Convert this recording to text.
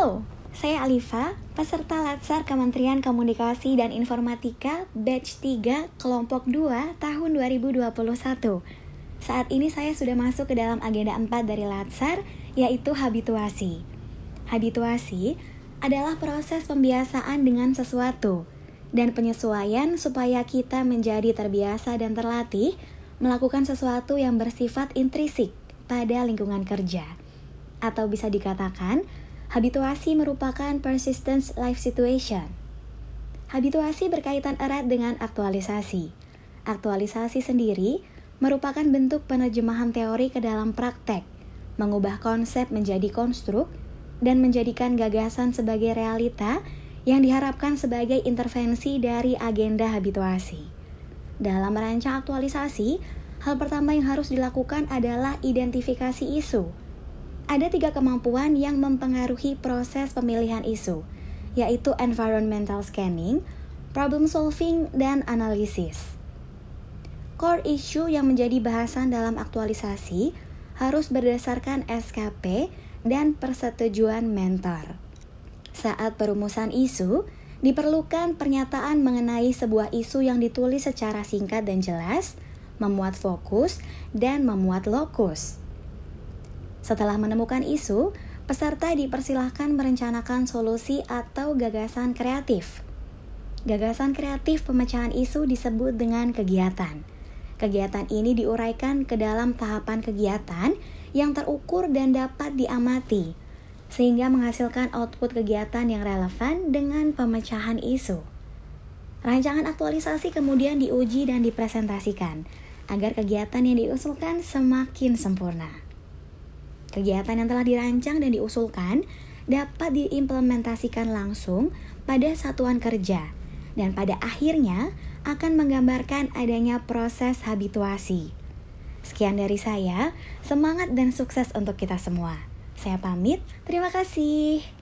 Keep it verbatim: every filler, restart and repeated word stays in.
Halo, saya Alifa, peserta Latsar Kementerian Komunikasi dan Informatika Batch tiga Kelompok dua tahun dua ribu dua puluh satu. Saat ini saya sudah masuk ke dalam agenda empat dari Latsar, yaitu habituasi. Habituasi adalah proses pembiasaan dengan sesuatu dan penyesuaian supaya kita menjadi terbiasa dan terlatih melakukan sesuatu yang bersifat intrinsik pada lingkungan kerja. Atau bisa dikatakan, habituasi merupakan persistent life situation. Habituasi berkaitan erat dengan aktualisasi. Aktualisasi sendiri merupakan bentuk penerjemahan teori ke dalam praktek, mengubah konsep menjadi konstruk, dan menjadikan gagasan sebagai realita yang diharapkan sebagai intervensi dari agenda habituasi. Dalam merancang aktualisasi, hal pertama yang harus dilakukan adalah identifikasi isu. Ada tiga kemampuan yang mempengaruhi proses pemilihan isu, yaitu environmental scanning, problem solving, dan analisis. Core issue yang menjadi bahasan dalam aktualisasi harus berdasarkan S K P dan persetujuan mentor. Saat perumusan isu, diperlukan pernyataan mengenai sebuah isu yang ditulis secara singkat dan jelas, memuat fokus, dan memuat lokus. Setelah menemukan isu, peserta dipersilahkan merencanakan solusi atau gagasan kreatif. Gagasan kreatif pemecahan isu disebut dengan kegiatan. Kegiatan ini diuraikan ke dalam tahapan kegiatan yang terukur dan dapat diamati, sehingga menghasilkan output kegiatan yang relevan dengan pemecahan isu. Rancangan aktualisasi kemudian diuji dan dipresentasikan, agar kegiatan yang diusulkan semakin sempurna. Kegiatan yang telah dirancang dan diusulkan dapat diimplementasikan langsung pada satuan kerja dan pada akhirnya akan menggambarkan adanya proses habituasi. Sekian dari saya, semangat dan sukses untuk kita semua. Saya pamit, terima kasih.